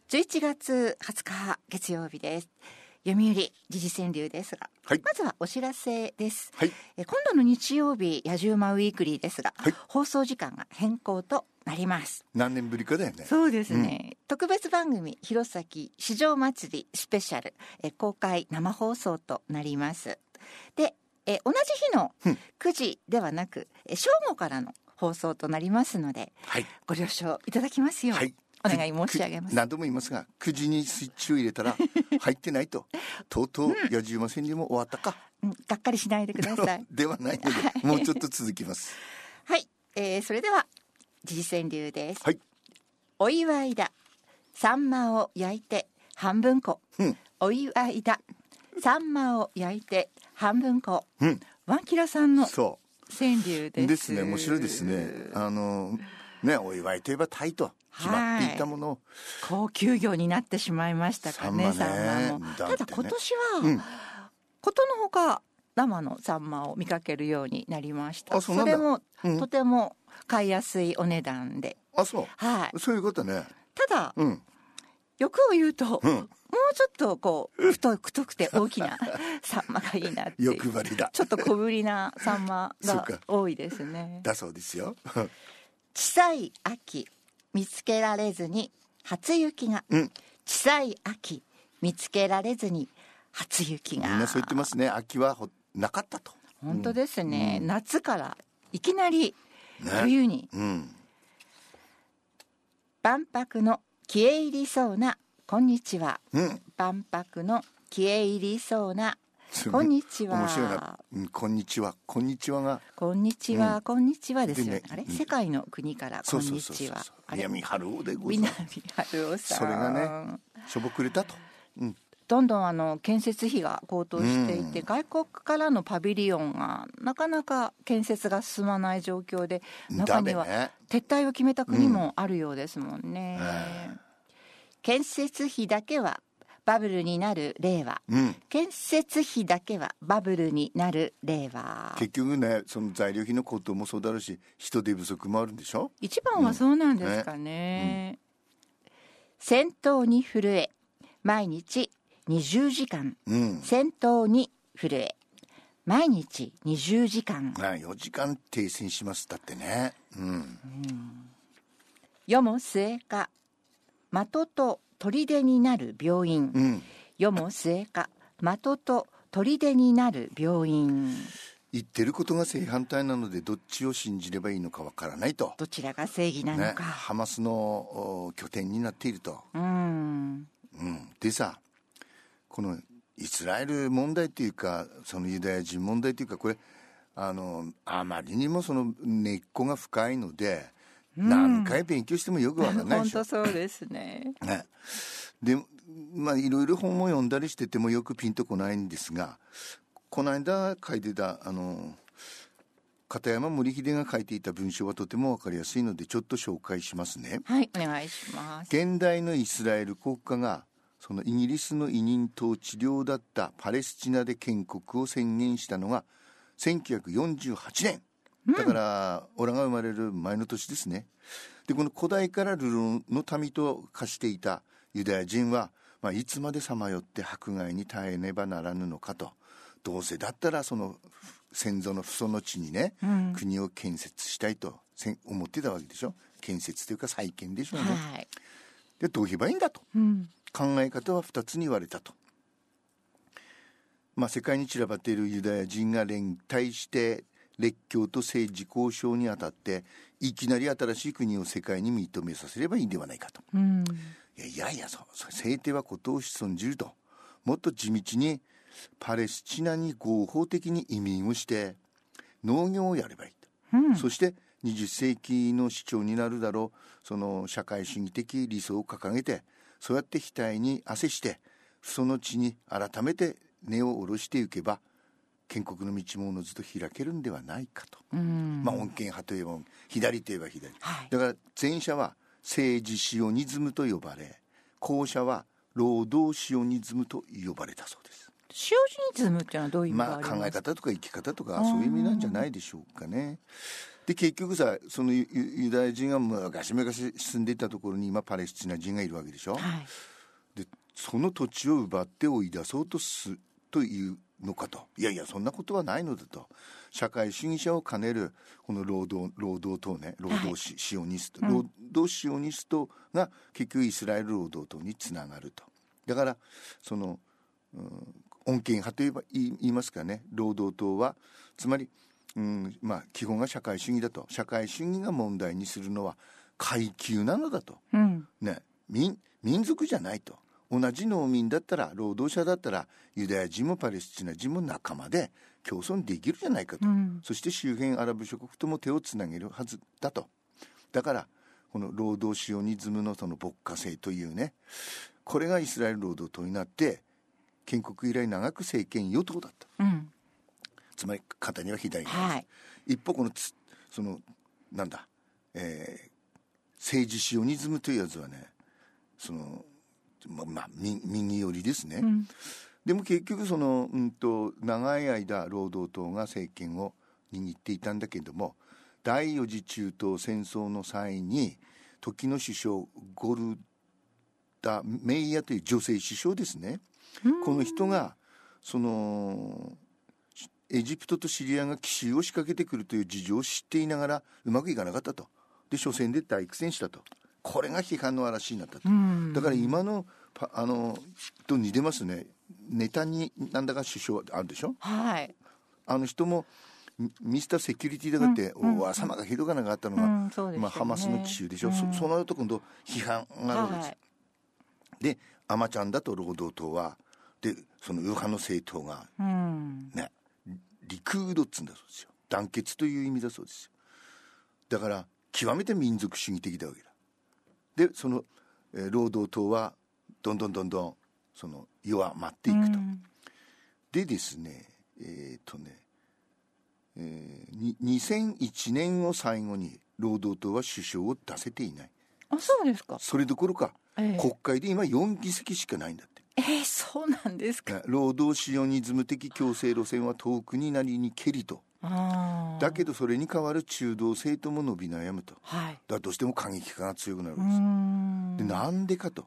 11月20日月曜日です。読売時事川柳ですが、 はい、 まずはお知らせです、 はい、 今度の日曜日野じ馬ウィークリーですが、 はい、 放送時間が変更となります。 何年ぶりかだよね。 そうですね、特別番組弘前市場祭りスペシャル、公開生放送となります。で、同じ日の9時ではなく、正午からの放送となりますので、 はい、 ご了承いただきますよう、はい、お願い申し上げます。 何度も言いますが、9時にスイッチを入れたら入ってないととうとう野じ馬川柳も終わったか、 がっかりしないでくださいではないので、もうちょっと続きますはい、それでは時事川柳です。 はい、 お祝いだ、サンマを焼いて半分こ、お祝いだ、サンマを焼いて半分こ、ワンキラさんの川柳です。 ですね、面白いですね。ね、お祝いといえばタイと決まっていたものを、 高級魚になってしまいましたかね、サンマも。ただ今年は、ことのほか生のサンマを見かけるようになりました。それも、とても買いやすいお値段で。 そう、 はい、 そういうことね。 ただ、欲を言うと、もうちょっとこう太くて大きなサンマがいいなっていう。 欲張りだ。 ちょっと小ぶりなサンマが多いですね。 だそうですよ。 小さい秋見つけられずに初雪が、小さい秋見つけられずに初雪が。 みんなそう言ってますね。秋はなかったと。 本当ですね、夏からいきなり冬に、万博の消え入りそうなこんにちは、万博の消え入りそうなこんにちは。 面白いな、こんにちは、こんにちはがこんにちは、こんにちはですよね。あれ、世界の国からこんにちは。 南春夫でございます。 南春夫さん。 それがね、しょぼくれたと。 どんどん建設費が高騰していて、外国からのパビリオンがなかなか建設が進まない状況で、中には撤退を決めた国もあるようですもんね。建設費だけはバブルになる令和、建設費だけはバブルになる令和。 結局ね、その材料費の高騰もそうだろうし、人手不足もあるんでしょ。 一番はそうなんですかね。戦闘に震え毎日20時間、戦闘に震え毎日20時間、 4時間停戦しますだってね。 世も末か的と砦になる病院、世も末か的と砦になる病院。 言ってることが正反対なので、どっちを信じればいいのかわからないと。 どちらが正義なのか、 ハマスの拠点になっていると。でさ、このイスラエル問題というか、そのユダヤ人問題というか、これあまりにもその根っこが深いので、何回勉強してもよくわからないでしょ。 本当そうですね。 で、いろいろ本を読んだりしててもよくピンとこないんですが、この間書いてた片山守秀が書いていた文章はとてもわかりやすいので、ちょっと紹介しますね。 はい、お願いします。 現代のイスラエル国家がそのイギリスの委任統治領だったパレスチナで建国を宣言したのが1948年だから、オラが生まれる前の年ですね。で、この古代から流浪の民と化していたユダヤ人は、いつまでさまよって迫害に耐えねばならぬのかと。どうせだったらその先祖の父祖の地にね、国を建設したいと思ってたわけでしょ。建設というか再建でしょうね。で、どう言えばいいんだと、考え方は2つに言われたと。世界に散らばっているユダヤ人が連帯して列強と政治交渉にあたって、いきなり新しい国を世界に認めさせればいいんではないかと。いや制定はことを潜んじると。もっと地道にパレスチナに合法的に移民をして農業をやればいいと、そして20世紀の市長になるだろうその社会主義的理想を掲げて、そうやって額に汗してその地に改めて根を下ろしていけば、建国の道もおのずと開けるんではないかと。穏健派といえば左といえば左、だから前者は政治シオニズムと呼ばれ、後者は労働シオニズムと呼ばれたそうです。 シオニズムってのはどういう意味がありますか？ 考え方とか生き方とかそういう意味なんじゃないでしょうかね。 で結局さ、そのユダヤ人が昔々住んでいたところに今パレスチナ人がいるわけでしょ、 はい、 でその土地を奪って追い出そうというのかと。いやいや、そんなことはないのだと。社会主義者を兼ねるこの労働党ね、労働シオニスト、労働シオニストが結局イスラエル労働党につながると。だからその、穏健派と言いますかね、労働党はつまり、基本が社会主義だと。社会主義が問題にするのは階級なのだと、ね、民族じゃないと。同じ農民だったら、労働者だったら、ユダヤ人もパレスチナ人も仲間で共存できるじゃないかと、そして周辺アラブ諸国とも手をつなげるはずだと。だからこの労働シオニズムのその牧歌制というね、これがイスラエル労働党になって建国以来長く政権与党だった、つまり片には左に、一方このそのなんだ、政治シオニズムというやつはね、その右寄りですね、でも結局その、長い間労働党が政権を握っていたんだけども、第四次中東戦争の際に時の首相ゴルダ・メイヤという女性首相ですね、この人がそのエジプトとシリアが奇襲を仕掛けてくるという事情を知っていながらうまくいかなかったと。で初戦で大苦戦したと。これが批判の嵐になったと。だから今のと似てますね。ネタになんだか首相あるでしょ、あの人もミスターセキュリティだかって、お様がひどかなかったのが、ハマスの奇襲でしょ、その後今度批判があるんです、でアマちゃんだと労働党はで、その右派の政党が、リクードっつうんだそうですよ。団結という意味だそうですよ。だから極めて民族主義的だわけだ。でその、労働党はどんどんその弱まっていくと、でですね2001年を最後に労働党は首相を出せていない。 あ、そうですか。 それどころか、国会で今4議席しかないんだって。 そうなんですか。 労働シオニズム的強制路線は遠くになりにけりと。だけどそれに代わる中道政党も伸び悩むと、だからどうしても過激化が強くなるわけです。でなんでかと、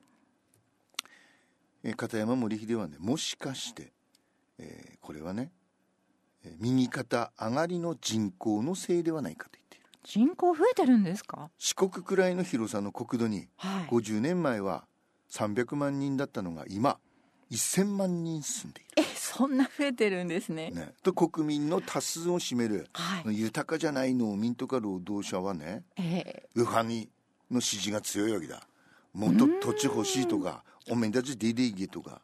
片山守秀はね、もしかして、これはね、右肩上がりの人口のせいではないかと言っている。 人口増えてるんですか。 四国くらいの広さの国土に、50年前は300万人だったのが今1000万人住んでいる。 そんな増えてるんです ね。 と国民の多数を占める、豊かじゃない農民とか労働者はね、右派の支持が強いわけだ。もっと土地欲しいとか、おめんたち出ていけとか、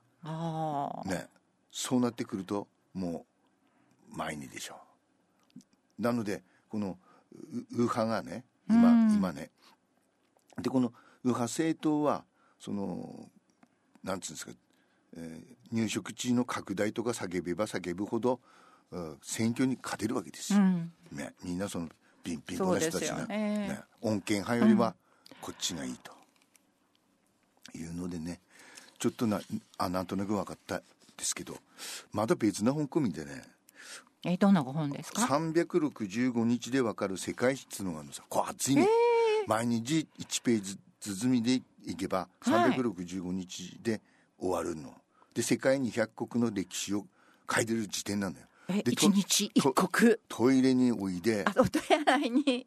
そうなってくるともう前にでしょう。なのでこの右派がね、今ね、でこの右派政党はそのなんつうんですか、入植地の拡大とか叫べば叫ぶほど、選挙に勝てるわけですよ、みんなその貧乏な人たちが、穏健派よりはこっちがいいというのでね、ちょっとなんとなく分かったですけど、まだ別な本込みでね、 どんなご本ですか。 365日で分かる世界史のさ、こう熱いね、毎日1ページ包みでいけば365日で終わるの、で世界200国の歴史を書いてる時点なんだよ。で 1日1国トイレにおいで、 お手洗いに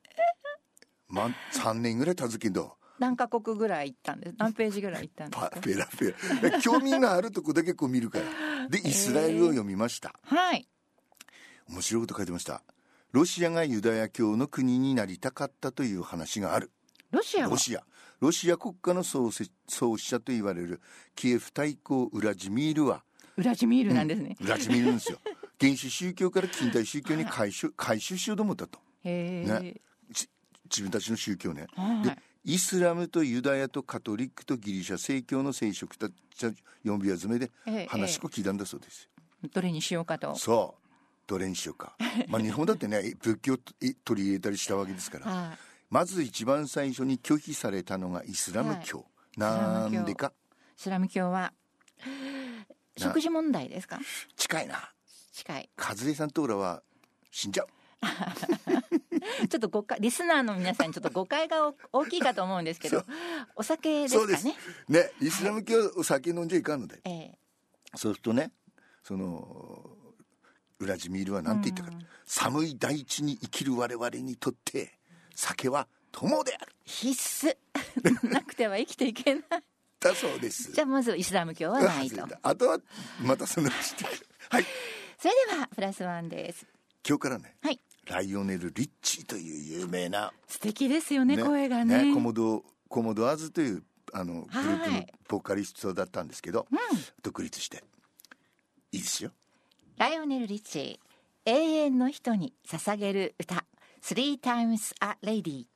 3年ぐらい経つけど何カ国ぐらい行ったんです。何ページぐらい行ったんですか。 ペラ興味があるとこだけこう見るからでイスラエルを読みました、面白いこと書いてました。ロシアがユダヤ教の国になりたかったという話がある。ロシア国家の創始者と言われるキエフ大公ウラジミールは、 ウラジミールなんですね、 ウラジミールなんですよ。原始宗教から近代宗教に改宗しようと思ったと、自分たちの宗教ね、でイスラムとユダヤとカトリックとギリシャ正教の聖職たち呼び集めで話を聞いたんだそうですよ、 どれにしようかと。 そうどれにしようか日本だってね仏教取り入れたりしたわけですから、まず一番最初に拒否されたのがイスラム教、なんでか。 イスラム教は食事問題ですか。 近いな。 近い。 和江さんと俺は死んじゃうちょっとリスナーの皆さんにちょっと誤解が大きいかと思うんですけど、お酒ですかね。 そうですね。イスラム教はお酒飲んじゃいかんので、そうするとね、そのウラジミールは何て言ったか、寒い大地に生きる我々にとって酒は友である、 必須なくては生きていけないだそうです。 じゃあまずイスラム教はないと。 あとはまたそのしてくる。はい、 それではプラスワンです。 今日からね、 はい、 ライオネル・リッチーという有名な、 素敵ですよね、声がね。 コモドアーズというグループのボーカリストだったんですけど、独立していいですよ。 ライオネル・リッチー、永遠の人に捧げる歌 Three Times a Lady。